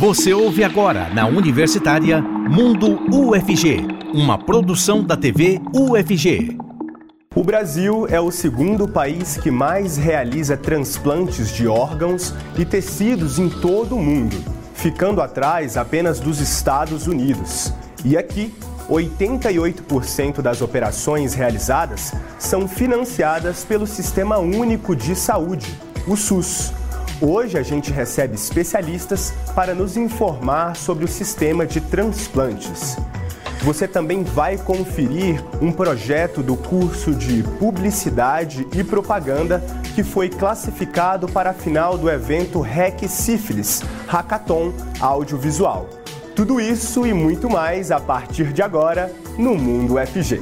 Você ouve agora na Universitária Mundo UFG, uma produção da TV UFG. O Brasil é o segundo país que mais realiza transplantes de órgãos e tecidos em todo o mundo, ficando atrás apenas dos Estados Unidos. E aqui, 88% das operações realizadas são financiadas pelo Sistema Único de Saúde, o SUS. Hoje a gente recebe especialistas para nos informar sobre o sistema de transplantes. Você também vai conferir um projeto do curso de Publicidade e Propaganda que foi classificado para a final do evento REC Sífilis, Hackathon Audiovisual. Tudo isso e muito mais a partir de agora no Mundo UFG.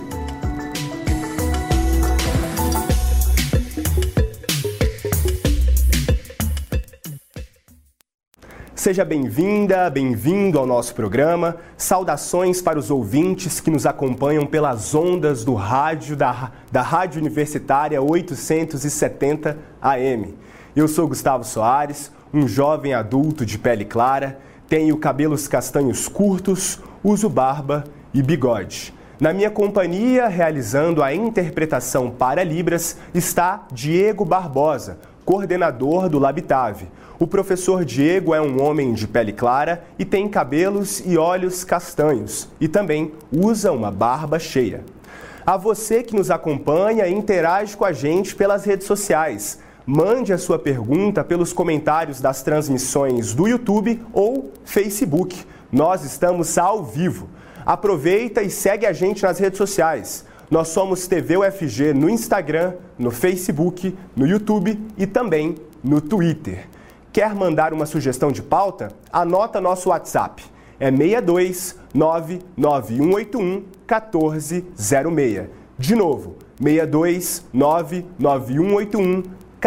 Seja bem-vinda, bem-vindo ao nosso programa. Saudações para os ouvintes que nos acompanham pelas ondas do rádio da Rádio Universitária 870 AM. Eu sou Gustavo Soares, um jovem adulto de pele clara, tenho cabelos castanhos curtos, uso barba e bigode. Na minha companhia, realizando a interpretação para Libras, está Diego Barbosa, coordenador do Labitave. O professor Diego é um homem de pele clara e tem cabelos e olhos castanhos e também usa uma barba cheia. A você que nos acompanha e interage com a gente pelas redes sociais. Mande a sua pergunta pelos comentários das transmissões do YouTube ou Facebook. Nós estamos ao vivo. Aproveita e segue a gente nas redes sociais. Nós somos TV UFG no Instagram, no Facebook, no YouTube e também no Twitter. Quer mandar uma sugestão de pauta? Anota nosso WhatsApp. É 62 99181 1406. De novo, 62 99181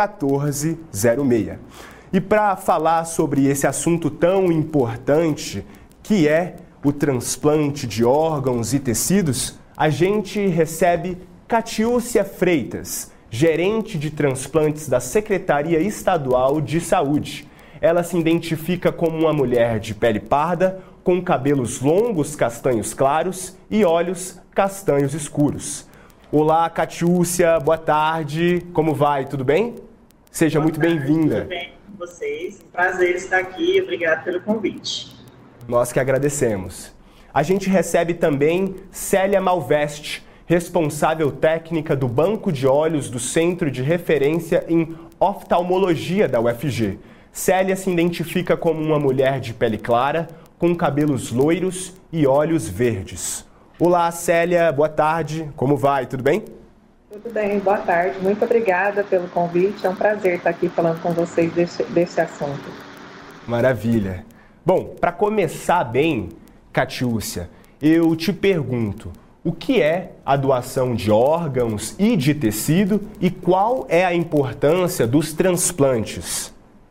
1406. E para falar sobre esse assunto tão importante, que é o transplante de órgãos e tecidos, a gente recebe Catiúcia Freitas, gerente de transplantes da Secretaria Estadual de Saúde. Ela se identifica como uma mulher de pele parda, com cabelos longos castanhos claros e olhos castanhos escuros. Olá, Catiúcia, boa tarde. Como vai? Tudo bem? Seja muito bem-vinda. Tudo bem com vocês? Prazer estar aqui. Obrigado pelo convite. Nós que agradecemos. A gente recebe também Célia Malveste, responsável técnica do Banco de Olhos do Centro de Referência em Oftalmologia da UFG. Célia se identifica como uma mulher de pele clara, com cabelos loiros e olhos verdes. Olá, Célia, boa tarde. Como vai? Tudo bem? Tudo bem, boa tarde. Muito obrigada pelo convite. É um prazer estar aqui falando com vocês desse assunto. Maravilha. Bom, para começar bem, Catiúcia, eu te pergunto, o que é a doação de órgãos e de tecido e qual é a importância dos transplantes?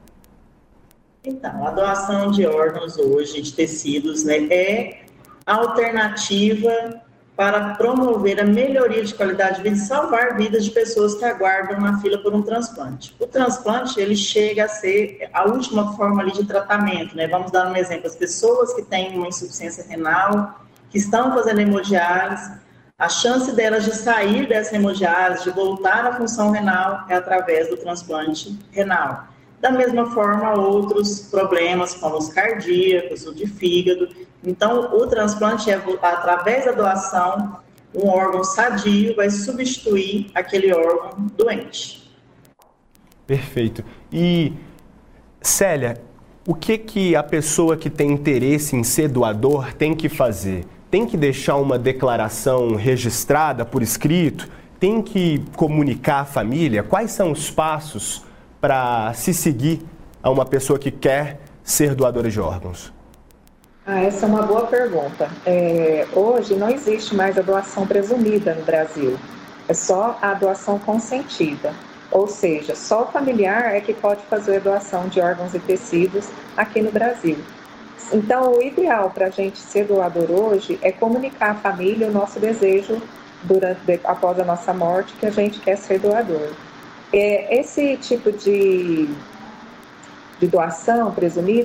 Então, a doação de órgãos hoje, de tecidos, né, é a alternativa para promover a melhoria de qualidade de vida e salvar vidas de pessoas que aguardam na fila por um transplante. O transplante, ele chega a ser a última forma ali de tratamento, né? Vamos dar um exemplo, as pessoas que têm uma insuficiência renal, que estão fazendo hemodiálise, a chance delas de sair dessa hemodiálise, de voltar à função renal, é através do transplante renal. Da mesma forma, outros problemas, como os cardíacos, o de fígado. Então, o transplante é, através da doação, um órgão sadio vai substituir aquele órgão doente. Perfeito. E, Célia, o que a pessoa que tem interesse em ser doador tem que fazer? Tem que deixar uma declaração registrada por escrito? Tem que comunicar à família? Quais são os passos para se seguir a uma pessoa que quer ser doadora de órgãos? Essa é uma boa pergunta. Hoje não existe mais a doação presumida no Brasil. É só a doação consentida. Ou seja, só o familiar é que pode fazer a doação de órgãos e tecidos aqui no Brasil. Então, o ideal para a gente ser doador hoje é comunicar à família o nosso desejo após a nossa morte, que a gente quer ser doador. Esse tipo de doação presumida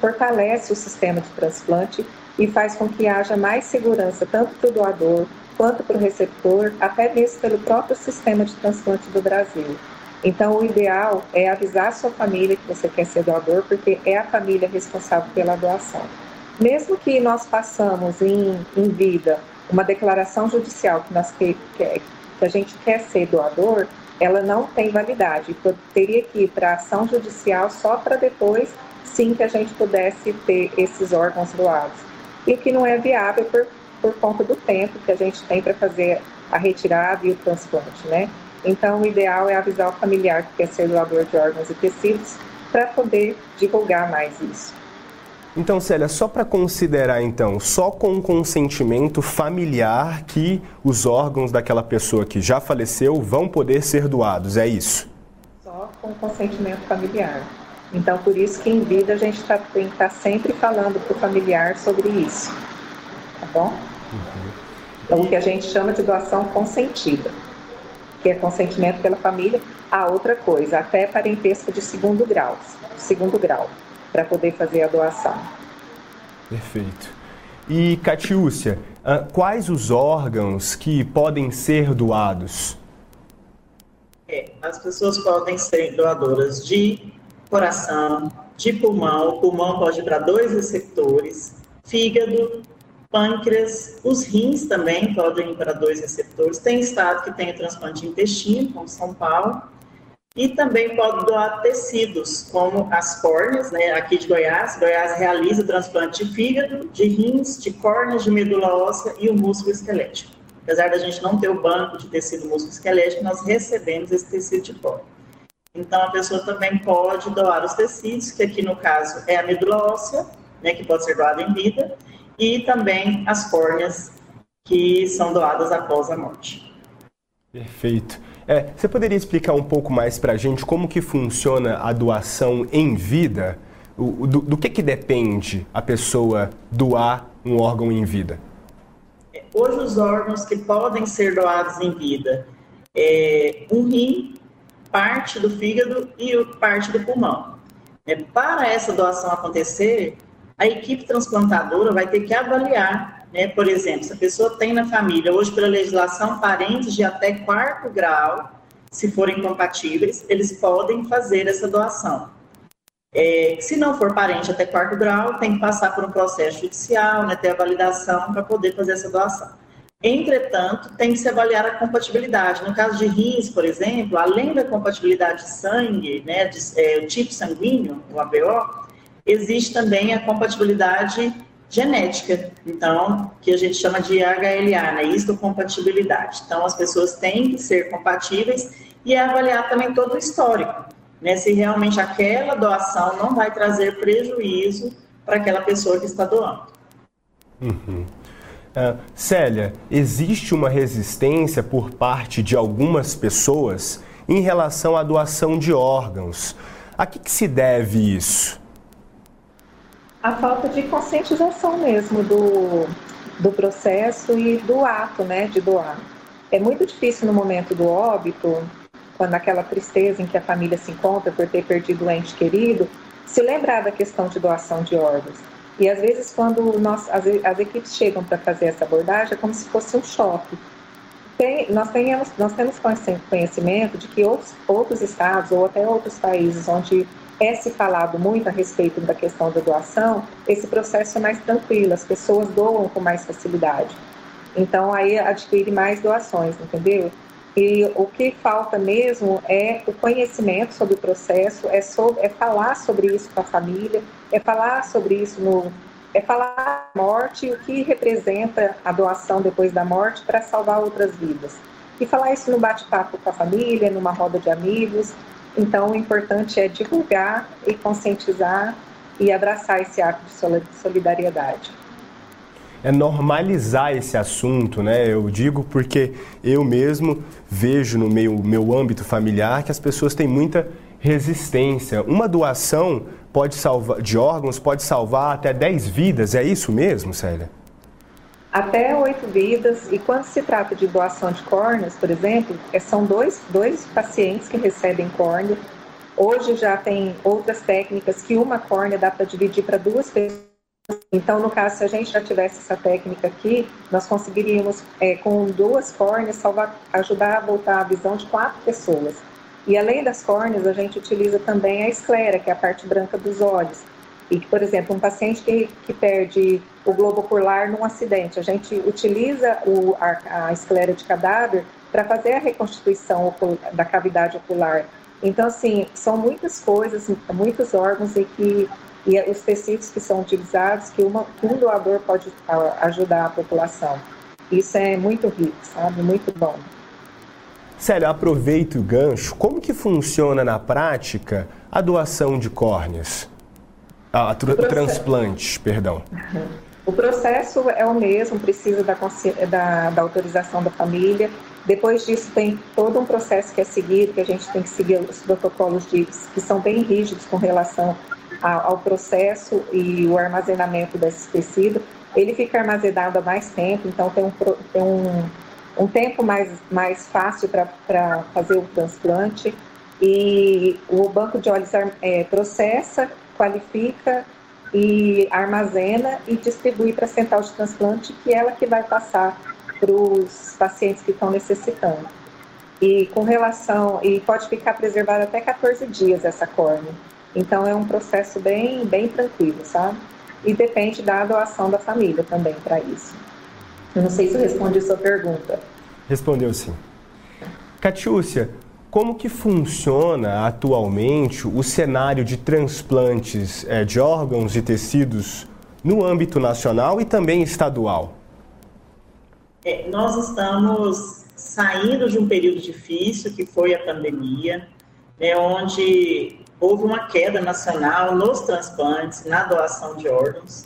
fortalece o sistema de transplante e faz com que haja mais segurança tanto para o doador quanto para o receptor, até mesmo pelo próprio sistema de transplante do Brasil. Então, o ideal é avisar a sua família que você quer ser doador, porque é a família responsável pela doação. Mesmo que nós façamos em vida uma declaração judicial que a gente quer ser doador, ela não tem validade. Teria que ir para a ação judicial só para depois, sim, que a gente pudesse ter esses órgãos doados. E o que não é viável por conta do tempo que a gente tem para fazer a retirada e o transplante, né? Então, o ideal é avisar o familiar que quer ser doador de órgãos e tecidos para poder divulgar mais isso. Então, Célia, só para considerar, então, só com o consentimento familiar que os órgãos daquela pessoa que já faleceu vão poder ser doados, é isso? Só com o consentimento familiar. Então, por isso que em vida a gente tem que estar sempre falando para o familiar sobre isso, tá bom? Então, o que a gente chama de doação consentida, que é consentimento pela família. A outra coisa, até parentesco de segundo grau, para poder fazer a doação. Perfeito. E, Catiúcia, quais os órgãos que podem ser doados? As pessoas podem ser doadoras de coração, de pulmão. O pulmão pode ir para 2 receptores, fígado, pâncreas, os rins também podem ir para 2 receptores. Tem estado que tem o transplante de intestino, como São Paulo, e também pode doar tecidos, como as córneas, né? Aqui de Goiás. Goiás realiza o transplante de fígado, de rins, de córneas, de medula óssea e o músculo esquelético. Apesar da gente não ter o banco de tecido músculo esquelético, nós recebemos esse tecido de córnea. Então, a pessoa também pode doar os tecidos, que aqui no caso é a medula óssea, né, que pode ser doada em vida, e também as córneas, que são doadas após a morte. Perfeito. Você poderia explicar um pouco mais para a gente como que funciona a doação em vida? Do que depende a pessoa doar um órgão em vida? Hoje, os órgãos que podem ser doados em vida é um rim, parte do fígado e parte do pulmão. Para essa doação acontecer, a equipe transplantadora vai ter que avaliar, né? Por exemplo, se a pessoa tem na família, hoje pela legislação, parentes de até 4º grau, se forem compatíveis, eles podem fazer essa doação. Se não for parente até 4º grau, tem que passar por um processo judicial, né? Ter a validação para poder fazer essa doação. Entretanto, tem que se avaliar a compatibilidade. No caso de rins, por exemplo, além da compatibilidade de sangue, né, o tipo sanguíneo, o ABO, existe também a compatibilidade genética, então, que a gente chama de HLA, né, histocompatibilidade. Então, as pessoas têm que ser compatíveis e avaliar também todo o histórico, né, se realmente aquela doação não vai trazer prejuízo para aquela pessoa que está doando. Célia, existe uma resistência por parte de algumas pessoas em relação à doação de órgãos. A que se deve isso? A falta de conscientização mesmo do processo e do ato, né, de doar. É muito difícil no momento do óbito, quando aquela tristeza em que a família se encontra por ter perdido o ente querido, se lembrar da questão de doação de órgãos. E às vezes quando as equipes chegam para fazer essa abordagem, é como se fosse um choque. Nós temos conhecimento de que outros estados ou até outros países onde se falado muito a respeito da questão da doação, esse processo é mais tranquilo, as pessoas doam com mais facilidade. Então aí adquire mais doações, entendeu? E o que falta mesmo é o conhecimento sobre o processo, é falar sobre isso com a família, é falar sobre isso falar da morte e o que representa a doação depois da morte para salvar outras vidas. E falar isso no bate-papo com a família, numa roda de amigos. Então, o importante é divulgar e conscientizar e abraçar esse ato de solidariedade. É normalizar esse assunto, né? Eu digo porque eu mesmo vejo no meu âmbito familiar que as pessoas têm muita resistência. Uma doação de órgãos pode salvar até 10 vidas, é isso mesmo, Célia? Até 8 vidas, e quando se trata de doação de córneas, por exemplo, são dois pacientes que recebem córnea, Hoje já tem outras técnicas que uma córnea dá para dividir para 2 pessoas. Então, no caso, se a gente já tivesse essa técnica aqui, nós conseguiríamos, com 2 córneas, ajudar a voltar a visão de 4 pessoas. E além das córneas, a gente utiliza também a esclera, que é a parte branca dos olhos. E, por exemplo, um paciente que perde o globo ocular num acidente, a gente utiliza a esclera de cadáver para fazer a reconstituição da cavidade ocular. Então, assim, são muitas coisas, muitos órgãos e os tecidos que são utilizados que um doador pode ajudar a população. Isso é muito rico, sabe? Muito bom. Célia, aproveita o gancho. Como que funciona na prática a doação de córneas? Transplantes, perdão. O processo é o mesmo, precisa da autorização da família. Depois disso tem todo um processo que é seguido, que a gente tem que seguir os protocolos que são bem rígidos com relação ao processo e o armazenamento desse tecido. Ele fica armazenado há mais tempo, então tem um tempo mais fácil para fazer o transplante. E o banco de olhos processa, qualifica e armazena e distribui para a central de transplante, que é ela que vai passar para os pacientes que estão necessitando. E pode ficar preservada até 14 dias essa córnea. Então é um processo bem tranquilo, sabe? E depende da doação da família também para isso. Eu não sei se eu respondi a sua pergunta. Respondeu sim. Catiúcia, como que funciona atualmente o cenário de transplantes de órgãos e tecidos no âmbito nacional e também estadual? Nós estamos saindo de um período difícil, que foi a pandemia, onde houve uma queda nacional nos transplantes, na doação de órgãos.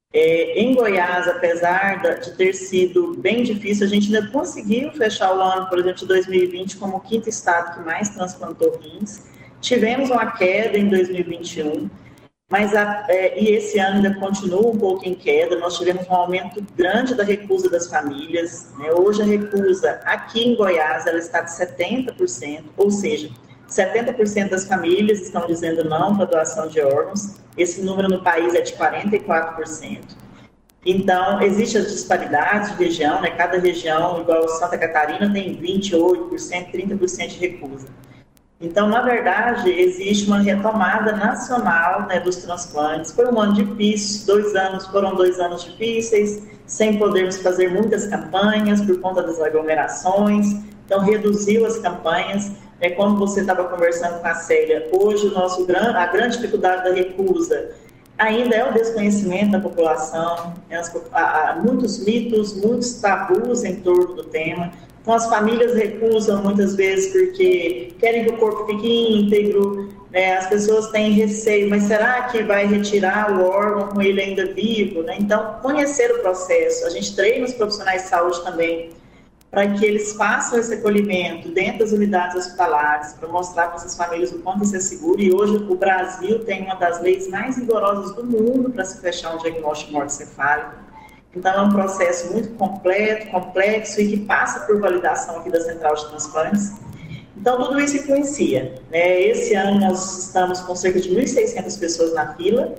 Em Goiás, apesar de ter sido bem difícil, a gente ainda conseguiu fechar o ano, por exemplo, de 2020 como o 5º estado que mais transplantou rins. Tivemos uma queda em 2021, mas e esse ano ainda continua um pouco em queda. Nós tivemos um aumento grande da recusa das famílias. Hoje a recusa aqui em Goiás ela está de 70%, ou seja, 70% das famílias estão dizendo não para a doação de órgãos. Esse número no país é de 44%. Então, existem as disparidades de região, Cada região, igual Santa Catarina, tem 28%, 30% de recusa. Então, na verdade, existe uma retomada nacional dos transplantes. Foi um ano difícil, foram 2 anos difíceis, sem podermos fazer muitas campanhas por conta das aglomerações. Então, reduziu as campanhas. Como você estava conversando com a Célia, hoje a grande dificuldade da recusa ainda é o desconhecimento da população, há muitos mitos, muitos tabus em torno do tema. Então, as famílias recusam muitas vezes porque querem que o corpo fique íntegro, as pessoas têm receio, mas será que vai retirar o órgão com ele ainda vivo? Então, conhecer o processo, a gente treina os profissionais de saúde também, para que eles façam esse acolhimento dentro das unidades hospitalares, para mostrar para essas famílias o quanto isso é seguro. E hoje o Brasil tem uma das leis mais rigorosas do mundo para se fechar um diagnóstico morte-cefálica. Então é um processo muito completo, complexo e que passa por validação aqui da Central de Transplantes. Então tudo isso influencia. Esse ano nós estamos com cerca de 1.600 pessoas na fila.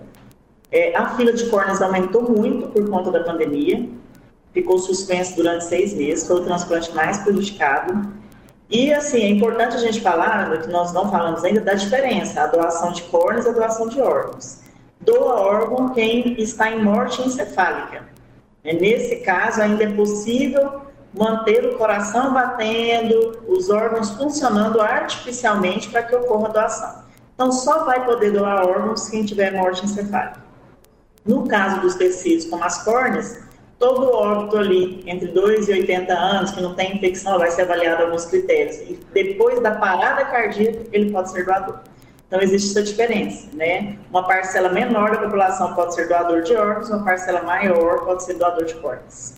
A fila de córneas aumentou muito por conta da pandemia. Ficou suspenso durante 6 meses, foi o transplante mais prejudicado. E, assim, é importante a gente falar, que nós não falamos ainda, da diferença, a doação de córneas e a doação de órgãos. Doa órgão quem está em morte encefálica. Nesse caso, ainda é possível manter o coração batendo, os órgãos funcionando artificialmente para que ocorra a doação. Então, só vai poder doar órgãos quem tiver morte encefálica. No caso dos tecidos, como as córneas, todo óbito ali, entre 2 e 80 anos, que não tem infecção, vai ser avaliado alguns critérios. E depois da parada cardíaca, ele pode ser doador. Então, existe essa diferença, Uma parcela menor da população pode ser doador de órgãos, uma parcela maior pode ser doador de córneas.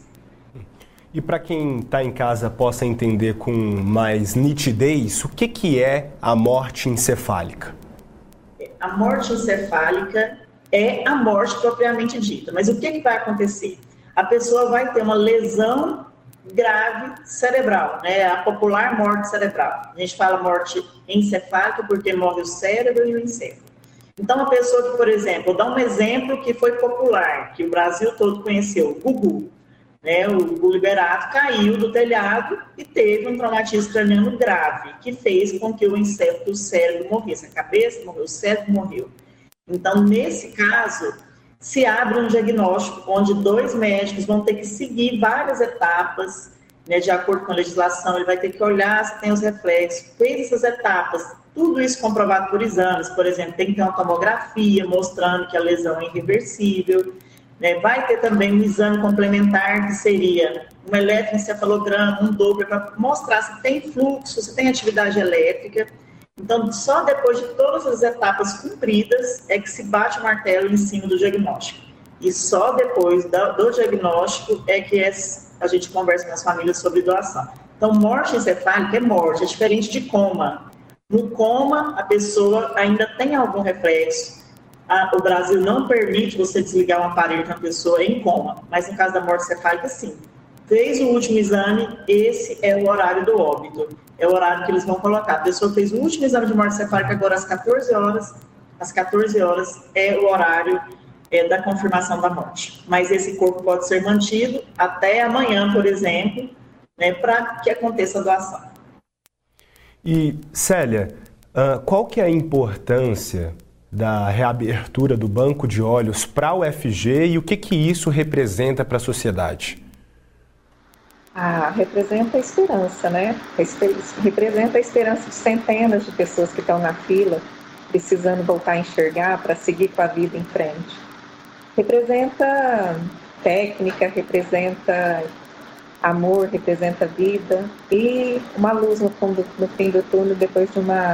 E para quem está em casa possa entender com mais nitidez, o que é a morte encefálica? A morte encefálica é a morte propriamente dita. Mas o que vai acontecer? A pessoa vai ter uma lesão grave cerebral, né? A popular morte cerebral. A gente fala morte encefálica porque morre o cérebro e o encéfalo. Então, uma pessoa que, por exemplo, vou dar um exemplo que foi popular, que o Brasil todo conheceu, o Gugu. Né? O Gugu Liberato caiu do telhado e teve um traumatismo craniano grave, que fez com que o encéfalo do cérebro morresse. A cabeça morreu, o cérebro morreu. Então, nesse caso, se abre um diagnóstico onde 2 médicos vão ter que seguir várias etapas, né, de acordo com a legislação, ele vai ter que olhar se tem os reflexos, fez essas etapas, tudo isso comprovado por exames, por exemplo, tem que ter uma tomografia mostrando que a lesão é irreversível, né, vai ter também um exame complementar que seria um eletroencefalograma, um Doppler, para mostrar se tem fluxo, se tem atividade elétrica. Então, só depois de todas as etapas cumpridas é que se bate o martelo em cima do diagnóstico. E só depois do diagnóstico é que a gente conversa com as famílias sobre doação. Então, morte encefálica é morte, é diferente de coma. No coma, a pessoa ainda tem algum reflexo. O Brasil não permite você desligar um aparelho de uma pessoa em coma, mas no caso da morte encefálica, sim. Fez o último exame, esse é o horário do óbito. É o horário que eles vão colocar. A pessoa fez o último exame de morte encefálica agora às 14 horas. Às 14 horas é o horário da confirmação da morte. Mas esse corpo pode ser mantido até amanhã, por exemplo, né, para que aconteça a doação. E, Célia, qual que é a importância da reabertura do banco de olhos para a UFG e o que isso representa para a sociedade? Representa a esperança, né? Representa a esperança de centenas de pessoas que estão na fila, precisando voltar a enxergar para seguir com a vida em frente. Representa técnica, representa amor, representa vida e uma luz no fim do túnel depois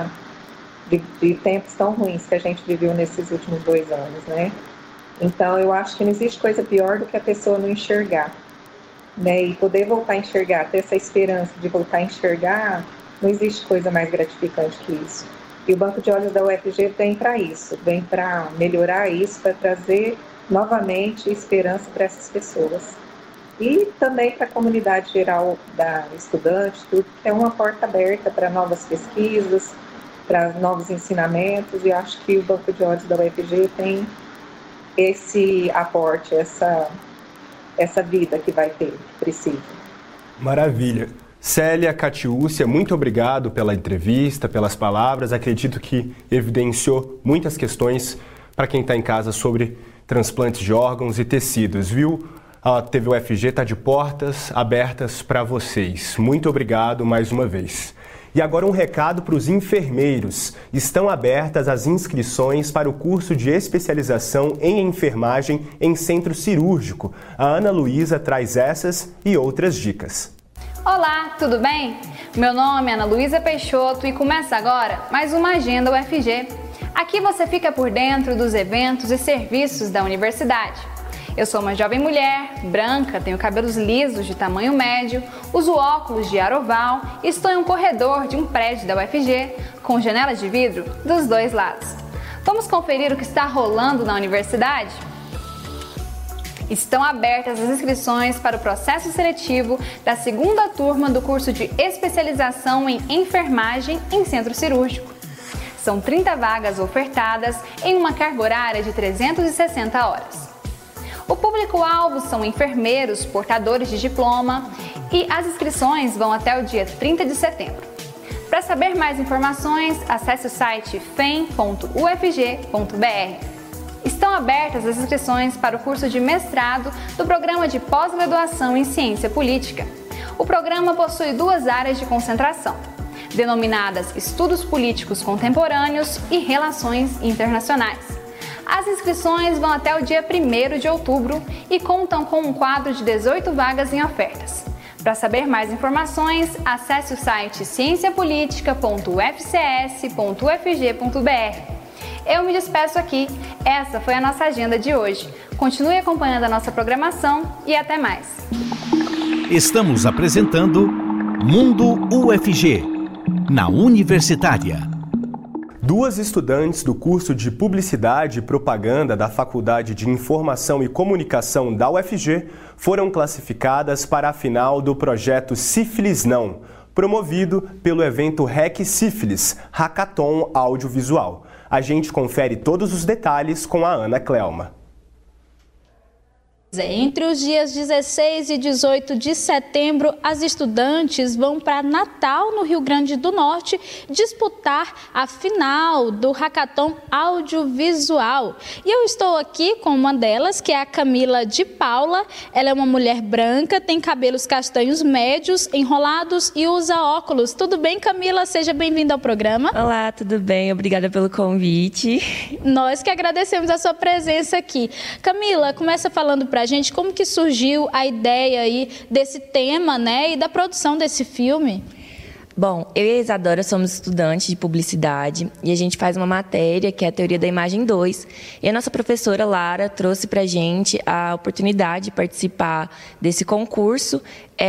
de tempos tão ruins que a gente viveu nesses últimos 2 anos, né? Então, eu acho que não existe coisa pior do que a pessoa não enxergar. Né, e poder voltar a enxergar, ter essa esperança de voltar a enxergar, não existe coisa mais gratificante que isso. E o Banco de Olhos da UFG vem para isso, vem para melhorar isso, para trazer novamente esperança para essas pessoas. E também para a comunidade geral da estudante, tudo, que é uma porta aberta para novas pesquisas, para novos ensinamentos, e acho que o Banco de Olhos da UFG tem esse aporte, essa vida que vai ter, precisa. Maravilha. Célia Catiúcia, muito obrigado pela entrevista, pelas palavras. Acredito que evidenciou muitas questões para quem está em casa sobre transplantes de órgãos e tecidos, viu? A TV UFG está de portas abertas para vocês. Muito obrigado mais uma vez. E agora um recado para os enfermeiros. Estão abertas as inscrições para o curso de especialização em enfermagem em centro cirúrgico. A Ana Luísa traz essas e outras dicas. Olá, tudo bem? Meu nome é Ana Luísa Peixoto e começa agora mais uma Agenda UFG. Aqui você fica por dentro dos eventos e serviços da universidade. Eu sou uma jovem mulher, branca, tenho cabelos lisos de tamanho médio, uso óculos de ar oval e estou em um corredor de um prédio da UFG com janelas de vidro dos 2 lados. Vamos conferir o que está rolando na universidade? Estão abertas as inscrições para o processo seletivo da 2ª turma do curso de especialização em enfermagem em centro cirúrgico. São 30 vagas ofertadas em uma carga horária de 360 horas. O público-alvo são enfermeiros, portadores de diploma e as inscrições vão até o dia 30 de setembro. Para saber mais informações, acesse o site fem.ufg.br. Estão abertas as inscrições para o curso de mestrado do Programa de Pós-Graduação em Ciência Política. O programa possui 2 áreas de concentração, denominadas Estudos Políticos Contemporâneos e Relações Internacionais. As inscrições vão até o dia 1º de outubro e contam com um quadro de 18 vagas em ofertas. Para saber mais informações, acesse o site cienciapolitica.ufcs.ufg.br. Eu me despeço aqui. Essa foi a nossa agenda de hoje. Continue acompanhando a nossa programação e até mais. Estamos apresentando Mundo UFG, na Universitária. Duas estudantes do curso de Publicidade e Propaganda da Faculdade de Informação e Comunicação da UFG foram classificadas para a final do projeto Sífilis Não, promovido pelo evento REC Sífilis, Hackathon Audiovisual. A gente confere todos os detalhes com a Ana Clelma. Entre os dias 16 e 18 de setembro, as estudantes vão para Natal, no Rio Grande do Norte, disputar a final do Hackathon Audiovisual. E eu estou aqui com uma delas, que é a Camila de Paula. Ela é uma mulher branca, tem cabelos castanhos médios, enrolados e usa óculos. Tudo bem, Camila? Seja bem-vinda ao programa. Olá, tudo bem? Obrigada pelo convite. Nós que agradecemos a sua presença aqui. Camila, começa falando pra gente como que surgiu a ideia aí desse tema, né, e da produção desse filme. Bom, eu e a Isadora somos estudantes de publicidade e a gente faz uma matéria que é a Teoria da Imagem 2. E a nossa professora Lara trouxe pra gente a oportunidade de participar desse concurso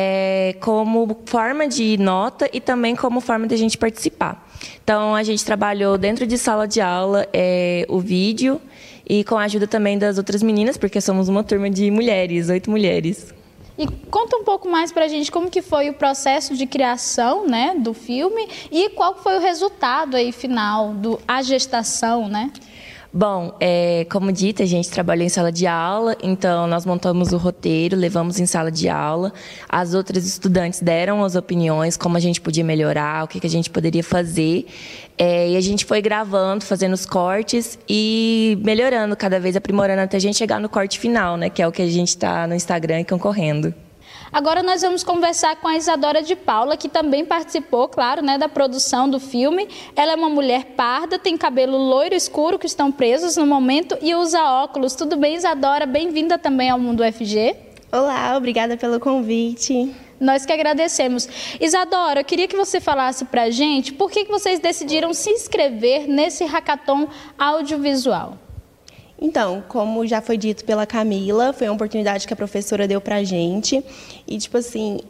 como forma de nota e também como forma de a gente participar. Então, a gente trabalhou dentro de sala de aula o vídeo e com a ajuda também das outras meninas, porque somos uma turma de mulheres, 8 mulheres. E conta um pouco mais pra gente como que foi o processo de criação, né, do filme e qual foi o resultado aí final, a gestação, né? Bom, como dito, a gente trabalhou em sala de aula, então nós montamos o roteiro, levamos em sala de aula. As outras estudantes deram as opiniões, como a gente podia melhorar, o que a gente poderia fazer. E a gente foi gravando, fazendo os cortes e melhorando, cada vez aprimorando até a gente chegar no corte final, né, que é o que a gente está no Instagram e concorrendo. Agora nós vamos conversar com a Isadora de Paula, que também participou, claro, né, da produção do filme. Ela é uma mulher parda, tem cabelo loiro escuro, que estão presos no momento, e usa óculos. Tudo bem, Isadora? Bem-vinda também ao Mundo UFG. Olá, obrigada pelo convite. Nós que agradecemos. Isadora, eu queria que você falasse pra gente por que vocês decidiram se inscrever nesse Hackathon Audiovisual. Então, como já foi dito pela Camila, foi uma oportunidade que a professora deu pra gente. E, tipo assim,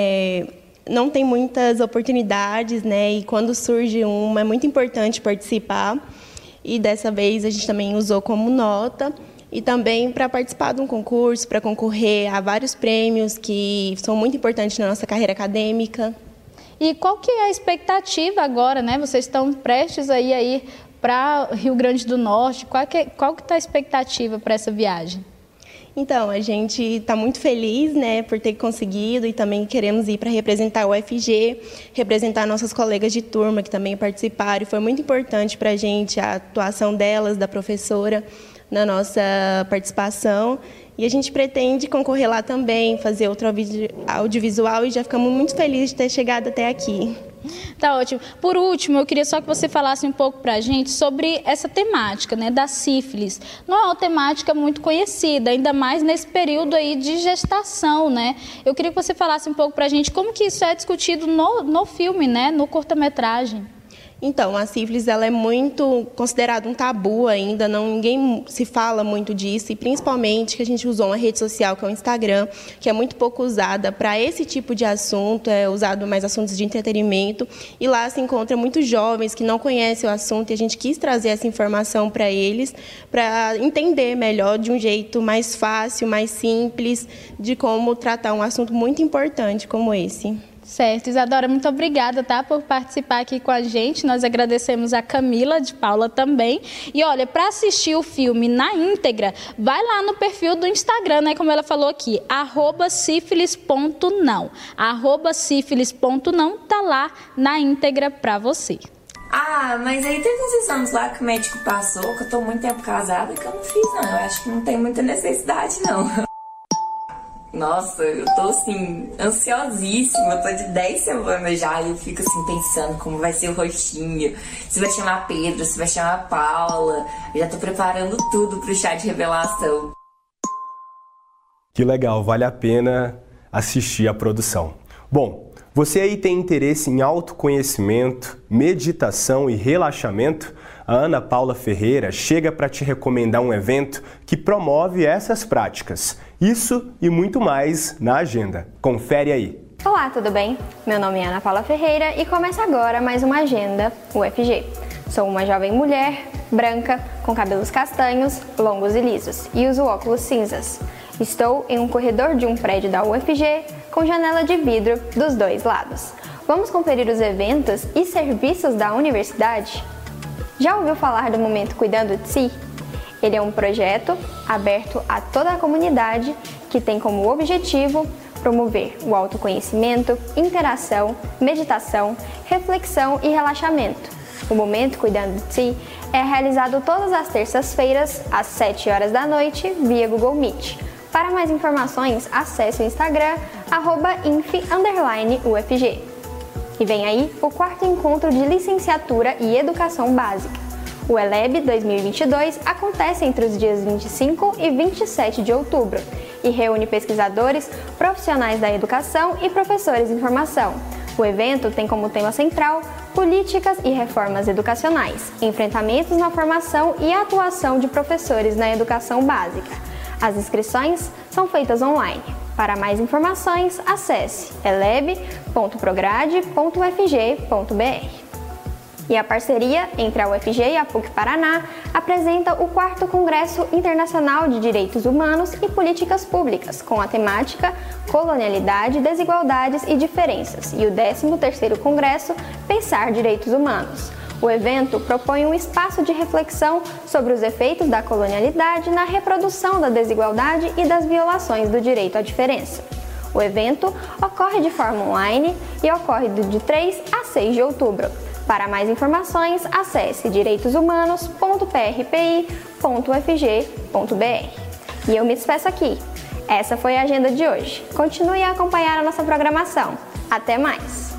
não tem muitas oportunidades, né? E quando surge uma, é muito importante participar. E dessa vez a gente também usou como nota. E também para participar de um concurso, para concorrer a vários prêmios que são muito importantes na nossa carreira acadêmica. E qual que é a expectativa agora, né? Vocês estão prestes a ir para Rio Grande do Norte. Qual que está a expectativa para essa viagem? Então, a gente está muito feliz, né, por ter conseguido e também queremos ir para representar o UFG, representar nossas colegas de turma que também participaram. Foi muito importante para a gente a atuação delas, da professora, na nossa participação. E a gente pretende concorrer lá também, fazer outro audiovisual e já ficamos muito felizes de ter chegado até aqui. Tá ótimo. Por último, eu queria só que você falasse um pouco pra gente sobre essa temática, né, da sífilis. Não é uma temática muito conhecida, ainda mais nesse período aí de gestação, né? Eu queria que você falasse um pouco pra gente como que isso é discutido no filme, né, no curta-metragem. Então, a sífilis ela é muito considerada um tabu ainda, ninguém se fala muito disso, e principalmente que a gente usou uma rede social, que é o Instagram, que é muito pouco usada para esse tipo de assunto, é usado mais assuntos de entretenimento, e lá se encontra muitos jovens que não conhecem o assunto, e a gente quis trazer essa informação para eles, para entender melhor, de um jeito mais fácil, mais simples, de como tratar um assunto muito importante como esse. Certo, Isadora, muito obrigada, tá, por participar aqui com a gente. Nós agradecemos a Camila de Paula também. E olha, para assistir o filme na íntegra, vai lá no perfil do Instagram, né, como ela falou aqui, @sífilis.não. @sífilis.não tá lá na íntegra para você. Ah, mas aí teve uns exames lá que o médico passou, que eu tô muito tempo casada, que eu não fiz, não. Eu acho que não tem muita necessidade, não. Nossa, eu tô assim, ansiosíssima, eu tô de 10 semanas já e eu fico assim pensando como vai ser o rostinho, se vai chamar Pedro, se vai chamar Paula, eu já tô preparando tudo pro chá de revelação. Que legal, vale a pena assistir a produção. Bom, você aí tem interesse em autoconhecimento, meditação e relaxamento? A Ana Paula Ferreira chega para te recomendar um evento que promove essas práticas. Isso e muito mais na agenda. Confere aí. Olá, tudo bem? Meu nome é Ana Paula Ferreira e começa agora mais uma Agenda UFG. Sou uma jovem mulher, branca, com cabelos castanhos, longos e lisos, e uso óculos cinzas. Estou em um corredor de um prédio da UFG, com janela de vidro dos dois lados. Vamos conferir os eventos e serviços da universidade? Já ouviu falar do Momento Cuidando de Si? Ele é um projeto aberto a toda a comunidade que tem como objetivo promover o autoconhecimento, interação, meditação, reflexão e relaxamento. O Momento Cuidando de Si é realizado todas as terças-feiras, às 7 horas da noite, via Google Meet. Para mais informações, acesse o Instagram, @inf_UFG. E vem aí o 4º encontro de licenciatura e educação básica. O ELEB 2022 acontece entre os dias 25 e 27 de outubro e reúne pesquisadores, profissionais da educação e professores em formação. O evento tem como tema central políticas e reformas educacionais, enfrentamentos na formação e atuação de professores na educação básica. As inscrições são feitas online. Para mais informações, acesse eleb.prograde.ufg.br. E a parceria entre a UFG e a PUC Paraná apresenta o 4º Congresso Internacional de Direitos Humanos e Políticas Públicas, com a temática Colonialidade, Desigualdades e Diferenças, e o 13º Congresso Pensar Direitos Humanos. O evento propõe um espaço de reflexão sobre os efeitos da colonialidade na reprodução da desigualdade e das violações do direito à diferença. O evento ocorre de forma online e ocorre de 3 a 6 de outubro. Para mais informações, acesse direitoshumanos.prpi.ufg.br. E eu me despeço aqui. Essa foi a agenda de hoje. Continue a acompanhar a nossa programação. Até mais!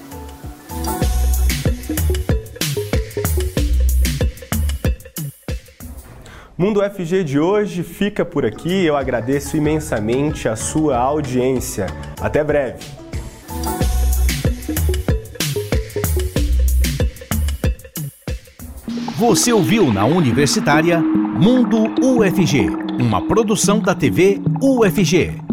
Mundo UFG de hoje fica por aqui. Eu agradeço imensamente a sua audiência. Até breve! Você ouviu na Universitária Mundo UFG, uma produção da TV UFG.